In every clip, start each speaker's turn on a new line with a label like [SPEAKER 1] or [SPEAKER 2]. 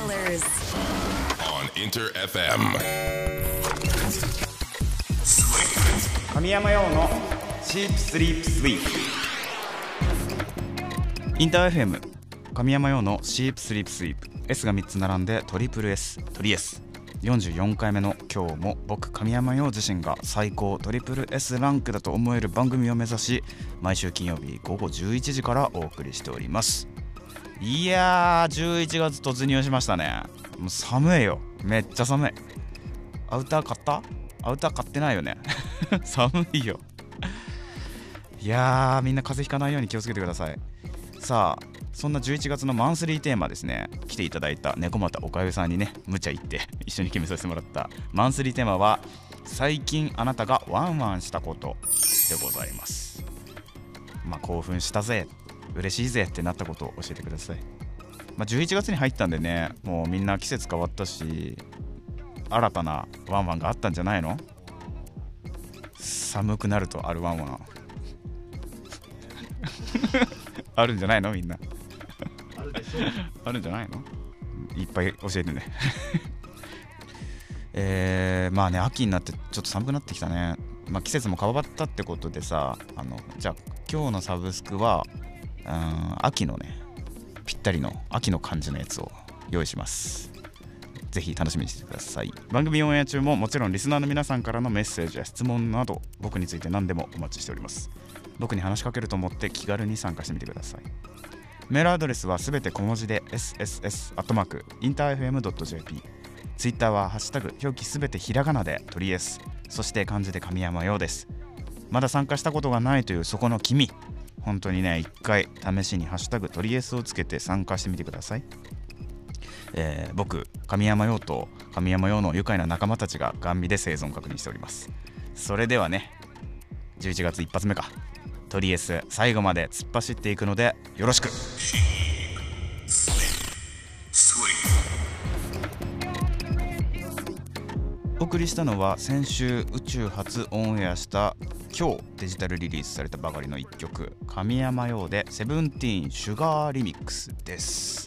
[SPEAKER 1] Killers
[SPEAKER 2] on Inter FM.
[SPEAKER 3] 神山陽のシープスリープスイープ。インター FM 神山陽のシープスリープスイープ。 S が3つ並んでトリプル S トリ S。 44回目の今日も僕神山陽自身が最高トリプル S ランクだと思える番組を目指し、毎週金曜日午後11時からお送りしております。いやー11月突入しましたね。もう寒いよ、めっちゃ寒い。アウター買った？アウター買ってないよね寒いよ。いやーみんな風邪ひかないように気をつけてください。さあそんな11月のマンスリーテーマですね、来ていただいた猫又おかゆさんにね無茶言って一緒に決めさせてもらったマンスリーテーマは、最近あなたがワンワンしたことでございます。興奮したぜ、嬉しいぜってなったことを教えてください。11月に入ったんでね、もうみんな季節変わったし、新たなワンワンがあったんじゃないの？寒くなるとあるワンワンあるんじゃないの？みんなあるでしょあるんじゃないの？いっぱい教えてね秋になってちょっと寒くなってきたね。季節も変わったってことでさ、じゃあ今日のサブスクは秋のね、ぴったりの秋の感じのやつを用意します。ぜひ楽しみにしてください。番組オンエア中ももちろんリスナーの皆さんからのメッセージや質問など、僕について何でもお待ちしております。僕に話しかけると思って気軽に参加してみてください。メールアドレスはすべて小文字で sss@interfm.jp。 ツイッターはハッシュタグ表記すべてひらがなでトリエス、そして漢字で神山陽です。まだ参加したことがないというそこの君、本当にね、一回試しにハッシュタグトリエスをつけて参加してみてください。僕神山陽と神山陽の愉快な仲間たちがガン見で生存確認しております。それではね、11月一発目か、トリエス最後まで突っ走っていくのでよろしく。お送りしたのは先週宇宙初オンエアした今日デジタルリリースされたばかりの1曲、神山陽でセブンティーンシュガーリミックスです。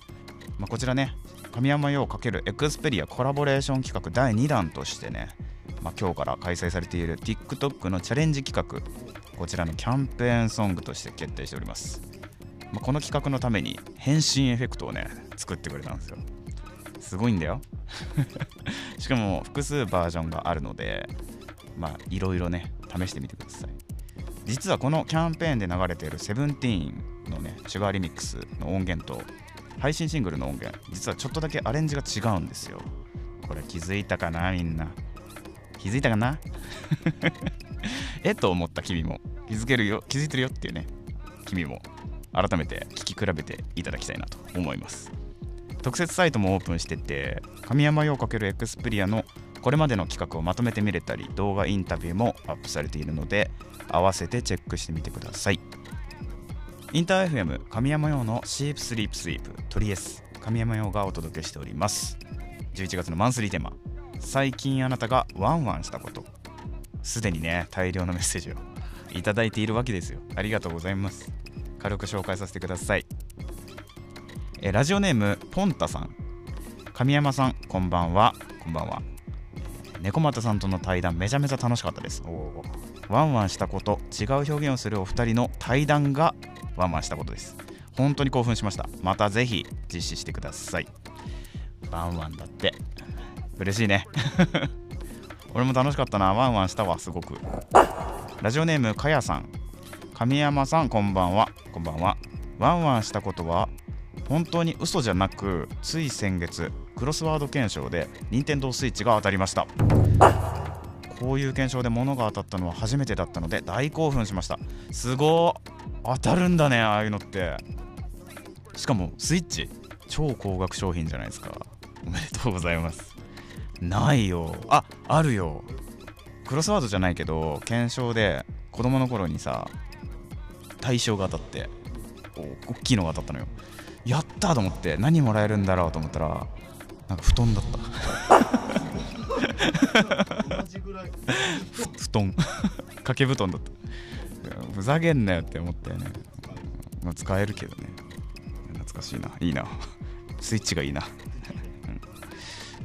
[SPEAKER 3] こちらね、神山陽×エクスペリアコラボレーション企画第2弾としてね、今日から開催されている TikTok のチャレンジ企画、こちらのキャンペーンソングとして決定しております。この企画のために変身エフェクトをね作ってくれたんですよ。すごいんだよしかも複数バージョンがあるので、いろいろね試してみてください。実はこのキャンペーンで流れているセブンティーンのねシュガーリミックスの音源と配信シングルの音源、実はちょっとだけアレンジが違うんですよ。これ気づいたかな？みんな気づいたかなと思った君も気づいてるよっていうね、君も改めて聴き比べていただきたいなと思います。特設サイトもオープンしてて、神山陽×エクスペリアのこれまでの企画をまとめて見れたり、動画インタビューもアップされているので合わせてチェックしてみてください。インター FM 神山陽のシープスリープスイープトリエス、神山陽がお届けしております。11月のマンスリーテーマ、最近あなたがワンワンしたこと。すでにね大量のメッセージをいただいているわけですよ。ありがとうございます。軽く紹介させてください。ラジオネームポンタさん、神山さんこんばんは。こんばんは。猫又さんとの対談めちゃめちゃ楽しかったです。ワンワンしたこと、違う表現をするお二人の対談がワンワンしたことです。本当に興奮しました。またぜひ実施してください。ワンワンだって嬉しいね俺も楽しかったな、ワンワンしたわすごく。ラジオネームかやさん、神山さんこんばんは。こんばんは。ワンワンしたことは本当に嘘じゃなく、つい先月クロスワード検証で任天堂スイッチが当たりました。こういう検証で物が当たったのは初めてだったので大興奮しました。すごー、当たるんだね、ああいうのって。しかもスイッチ超高額商品じゃないですか。おめでとうございます。ないよ。あるよ。クロスワードじゃないけど検証で子供の頃にさ大賞が当たって、大きいのが当たったのよ。やったーと思って、何もらえるんだろうと思ったらなんか布団だった
[SPEAKER 4] 同じぐらい
[SPEAKER 3] 布団掛け布団だった。ふざけんなよって思ったよね。使えるけどね。懐かしいな、いいなスイッチがいいな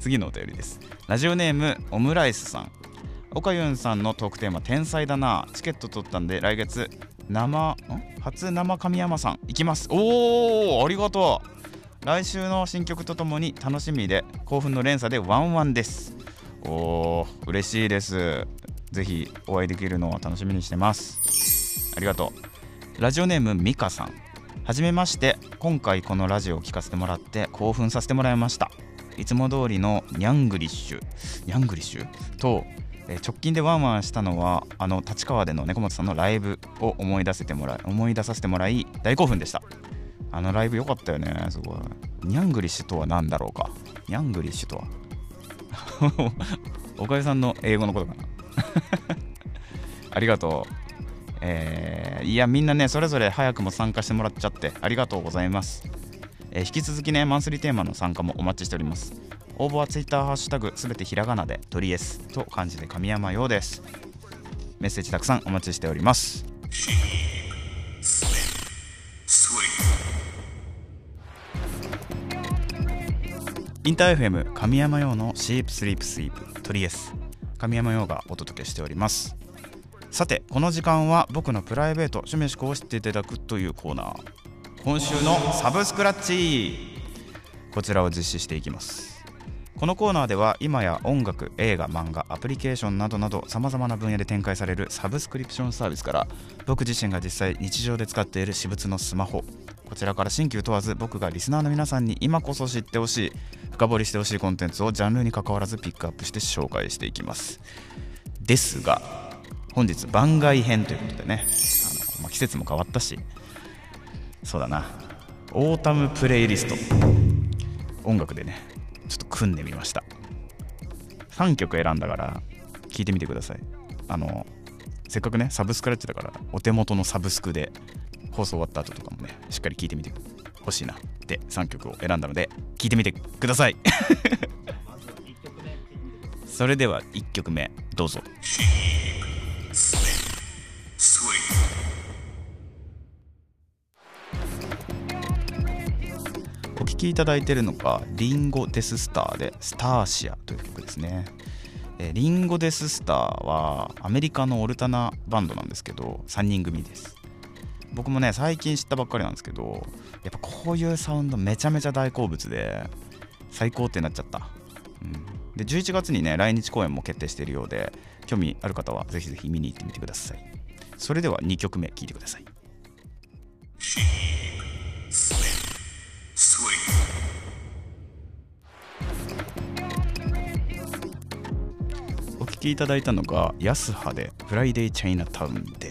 [SPEAKER 3] 次のお便りです。ラジオネームオムライスさん。岡ユンさんのトークテーマ天才だな。チケット取ったんで来月初生神山さん行きます。おー、ありがとう。来週の新曲とともに楽しみで興奮の連鎖でワンワンです。おー、嬉しいです。ぜひお会いできるのを楽しみにしてます。ありがとう。ラジオネームミカさん。はじめまして。今回このラジオを聞かせてもらって興奮させてもらいました。いつも通りのニャングリッシュと直近でワンワンしたのは立川での猫本さんのライブを思い出させてもらい大興奮でした。ライブ良かったよね。すごい。ニャングリッシュとは何だろうか。ニャングリッシュとはおかゆさんの英語のことかなありがとう。いやみんなねそれぞれ早くも参加してもらっちゃってありがとうございます。引き続きねマンスリーテーマの参加もお待ちしております。応募はツイッターハッシュタグすべてひらがなでトリエスと漢字で神山陽です。メッセージたくさんお待ちしております。インター FM 神山陽のシープスリープスイープトリエス、神山陽がお届けしております。さてこの時間は僕のプライベート趣味思考を知っていただくというコーナー、今週のサブスクラッチ、こちらを実施していきます。このコーナーでは今や音楽、映画、漫画、アプリケーションなどなどさまざまな分野で展開されるサブスクリプションサービスから僕自身が実際日常で使っている私物のスマホ、こちらから新旧問わず僕がリスナーの皆さんに今こそ知ってほしい、深掘りしてほしいコンテンツをジャンルに関わらずピックアップして紹介していきます。ですが本日番外編ということでね、季節も変わったし、そうだな、オータムプレイリスト音楽でねちょっと組んでみました。3曲選んだから聴いてみてください。せっかくねサブスクラッチだからお手元のサブスクで放送終わった後とかもねしっかり聴いてみてほしいなって3曲を選んだので聴いてみてくださいそれでは1曲目どうぞ。お聴きいただいているのがリンゴデススターでスターシアという曲ですね。リンゴデススターはアメリカのオルタナバンドなんですけど3人組です。僕もね最近知ったばっかりなんですけど、やっぱこういうサウンドめちゃめちゃ大好物で最高ってなっちゃった、で11月にね来日公演も決定しているようで興味ある方はぜひぜひ見に行ってみてください。それでは2曲目聴いてください。お聴きいただいたのがヤスハでフライデーチャイナタウンです。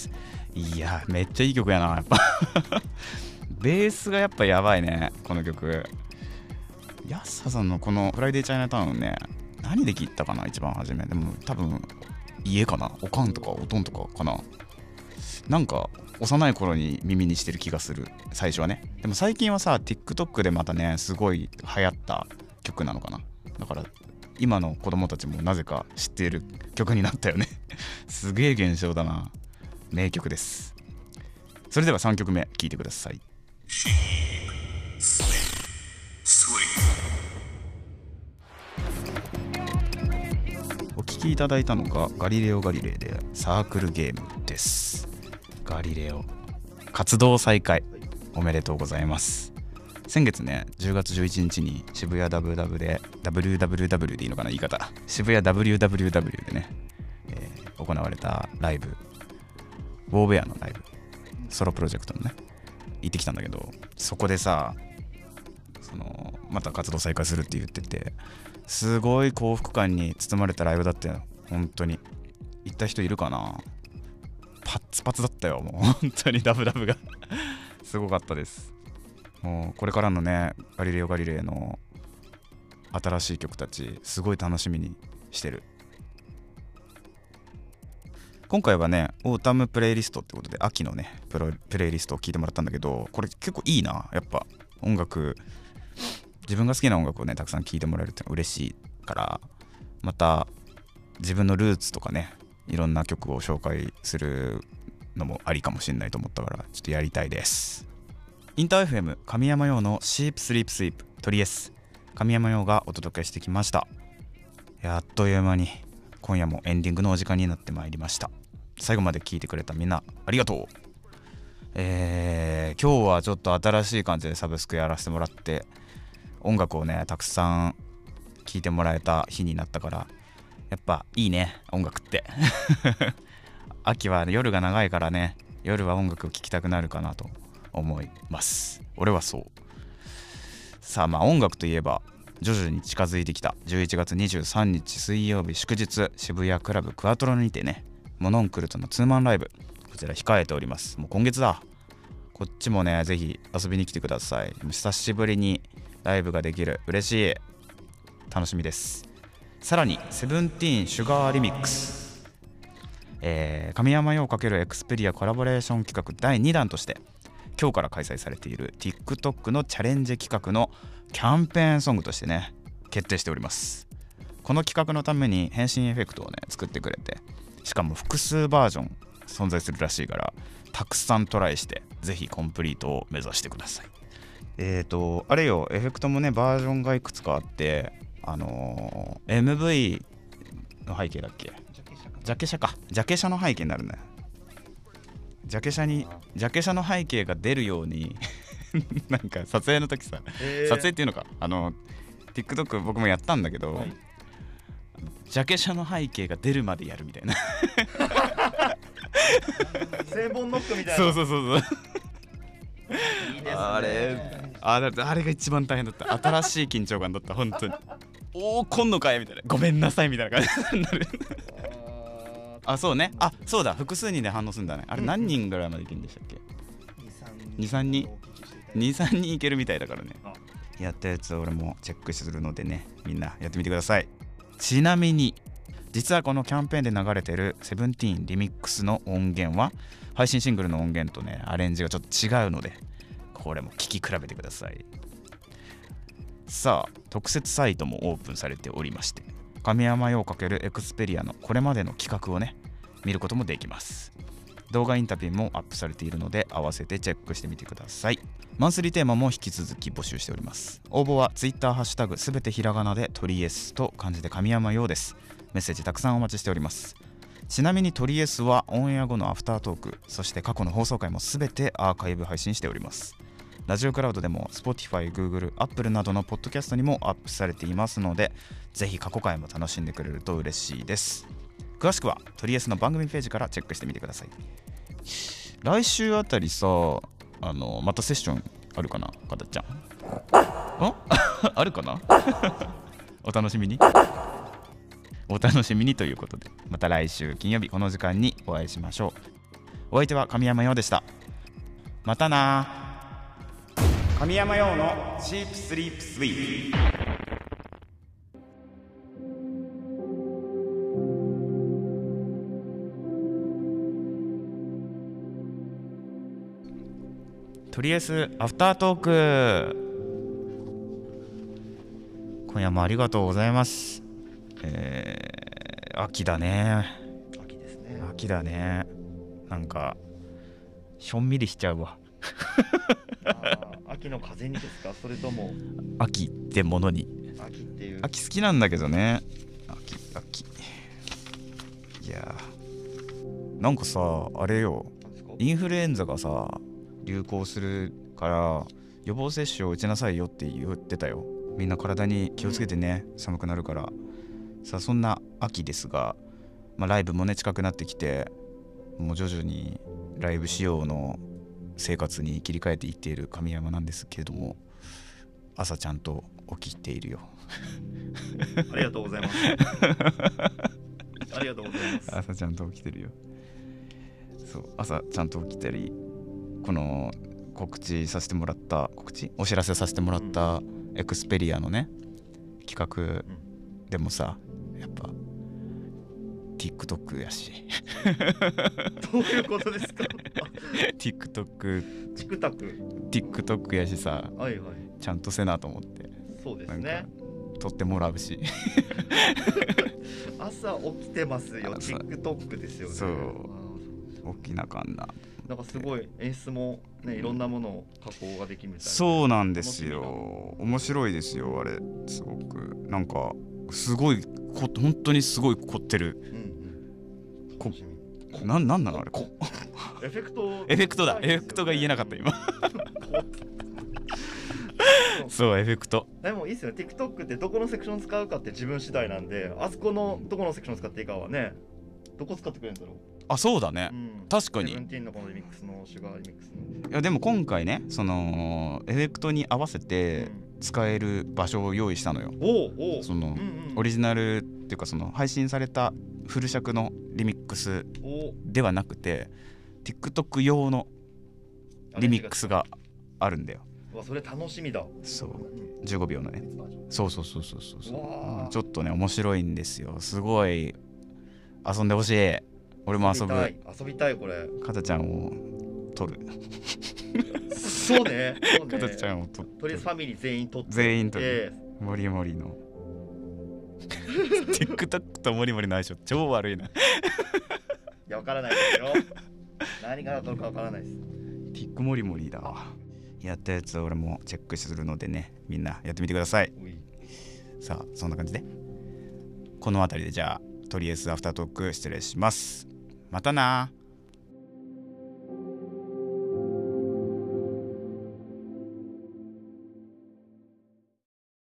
[SPEAKER 3] いやめっちゃいい曲やなやっぱベースがやっぱやばいねこの曲。ヤスハさんのこのフライデーチャイナタウンね何で聴いたかな一番初め。でも多分家かな、おかんとかおとんとかかな、なんか幼い頃に耳にしてる気がする最初はね。でも最近はさ TikTok でまたねすごい流行った曲なのかな。だから今の子供たちもなぜか知っている曲になったよねすげえ現象だな。名曲です。それでは3曲目聴いてください。お聴きいただいたのがガリレオ・ガリレイでサークルゲームです。ガリレオ活動再開おめでとうございます。先月ね10月11日に渋谷 WW で WWW でいいのかな言い方、渋谷 WWW でね、行われたライブ、ウォーベアのライブソロプロジェクトのね行ってきたんだけど、そこでさまた活動再開するって言っててすごい幸福感に包まれたライブだったよ。本当に行った人いるかな。パッツパツだったよもう本当にダブダブがすごかったです。もうこれからのねガリレオ・ガリレイの新しい曲たちすごい楽しみにしてる。今回はねオータムプレイリストってことで秋のねプレイリストを聞いてもらったんだけど、これ結構いいな。やっぱ音楽自分が好きな音楽をねたくさん聴いてもらえるってのは嬉しいから、また自分のルーツとかねいろんな曲を紹介するのもありかもしれないと思ったからちょっとやりたいです。インター FM 神山用のシープスリープスイープトリエス、 神山陽がお届けしてきました。あっという間に今夜もエンディングのお時間になってまいりました。最後まで聞いてくれたみんなありがとう。今日はちょっと新しい感じでサブスクやらせてもらって、音楽をねたくさん聴いてもらえた日になったから、やっぱいいね音楽って秋は夜が長いからね、夜は音楽を聴きたくなるかなと思います。俺はそう。さあ音楽といえば徐々に近づいてきた11月23日水曜日祝日、渋谷クラブクアトロにてね、モノンクルとのツーマンライブ、こちら控えております。もう今月だ。こっちもねぜひ遊びに来てください。久しぶりにライブができる、嬉しい、楽しみです。さらにセブンティーンシュガーリミックス、神山陽×エクスペリアコラボレーション企画第2弾として今日から開催されている TikTok のチャレンジ企画のキャンペーンソングとしてね決定しております。この企画のために変身エフェクトをね作ってくれて、しかも複数バージョン存在するらしいから、たくさんトライしてぜひコンプリートを目指してください。あれよ、エフェクトもねバージョンがいくつかあって、MV の背景だっけ、ジャケ写か、ジャケ写の背景になるね。ジャケ写の背景が出るようになんか撮影の時さ、撮影っていうのか、TikTok 僕もやったんだけど、はい、ジャケ写の背景が出るまでやるみたいな
[SPEAKER 4] セーボンノックみたいな。
[SPEAKER 3] そういいですね。あれが一番大変だった。新しい緊張感だった本当に。おお来んのかいみたいな、ごめんなさいみたいな感じになるそうね、そうだ、複数人で反応するんだね。あれ何人ぐらいまでいけるんでしたっけ。2、3人いけるみたいだからね。やったやつを俺もチェックするのでね、みんなやってみてください。ちなみに実はこのキャンペーンで流れてるセブンティーンリミックスの音源は配信シングルの音源とねアレンジがちょっと違うので、これも聴き比べてください。さあ特設サイトもオープンされておりまして、神山陽×エクスペリアのこれまでの企画をね見ることもできます。動画インタビューもアップされているので合わせてチェックしてみてください。マンスリーテーマも引き続き募集しております。応募は Twitter ハッシュタグすべてひらがなでトリエスと漢字で神山陽です。メッセージたくさんお待ちしております。ちなみにトリエスはオンエア後のアフタートーク、そして過去の放送回もすべてアーカイブ配信しております。ラジオクラウドでも Spotify、Google、Apple などのポッドキャストにもアップされていますので、ぜひ過去回も楽しんでくれると嬉しいです。詳しくはトリエスの番組ページからチェックしてみてください。来週あたりさ、またセッションあるかな、かたちゃん。あるかなお楽しみにということで、また来週金曜日この時間にお会いしましょう。お相手は神山陽でした。またな。神山陽のチープスリープスイート。とりあえずアフタートーク、今夜もありがとうございます。秋だね。
[SPEAKER 4] 秋ですね。
[SPEAKER 3] 秋だね。なんかしょんみりしちゃうわ
[SPEAKER 4] 秋の風にですか、それとも
[SPEAKER 3] 秋ってものに。
[SPEAKER 4] 秋っていう、
[SPEAKER 3] 秋好きなんだけどね。秋いやなんかさ、あれよ、インフルエンザがさ流行するから予防接種を打ちなさいよって言ってたよ。みんな体に気をつけてね、寒くなるからさ。そんな秋ですが、ライブもね近くなってきて、もう徐々にライブ仕様の生活に切り替えていっている神山なんですけれども、朝ちゃんと起きているよ
[SPEAKER 4] ありがとうございますありがとうございます。
[SPEAKER 3] 朝ちゃんと起きてるよ。そう、朝ちゃんと起きたり、このお知らせさせてもらったエクスペリアのね企画でもさ、やっぱ TikTok やし
[SPEAKER 4] どういうことですか
[SPEAKER 3] TikTok やしさ、
[SPEAKER 4] はいはい、
[SPEAKER 3] ちゃんとせなと思って。
[SPEAKER 4] そうですね、
[SPEAKER 3] 撮ってもらうし
[SPEAKER 4] 朝起きてますよ、TikTok ですよね。
[SPEAKER 3] そう、起きなあかんなと思っ
[SPEAKER 4] なんかすごい演出もね、いろんなものを加工ができるみたいな。
[SPEAKER 3] そうなんですよ。面白いですよあれ。すごくなんかすごい本当にすごい凝ってる。
[SPEAKER 4] 楽しみ。
[SPEAKER 3] なんなのあれ
[SPEAKER 4] エフェクト
[SPEAKER 3] エフェクトだ。エフェクトが言えなかった今そうエフェクト。
[SPEAKER 4] でもいいっすよね。 TikTok ってどこのセクション使うかって自分次第なんで、あそこのどこのセクション使っていいかはね、どこ使ってくれるんだろう。
[SPEAKER 3] あ、そうだね、確かに。
[SPEAKER 4] セブンティーンのこのリミックスのシュガーリミックスの。
[SPEAKER 3] いやでも今回ね、そのエフェクトに合わせて使える場所を用意したのよ。その、オリジナルっていうかその配信されたフル尺のリミックスではなくて TikTok 用のリミックスがあるんだよ。
[SPEAKER 4] それ楽しみだ。
[SPEAKER 3] そう15秒のね。そうちょっとね面白いんですよ。すごい遊んでほしい。俺も遊
[SPEAKER 4] びたい。これ
[SPEAKER 3] かたちゃんを撮る
[SPEAKER 4] そうね
[SPEAKER 3] かたちゃんを撮って、
[SPEAKER 4] とりあえずファミリー全員撮って
[SPEAKER 3] モリモリのTikTok とモリモリの相性超悪いな。い
[SPEAKER 4] や分からないですよ何が当たるか分からないです。
[SPEAKER 3] ティックモリモリだわ。やったやつを俺もチェックするのでね、みんなやってみてください。さあそんな感じでこの辺りでじゃあとりあえずアフタートーク失礼します。またな。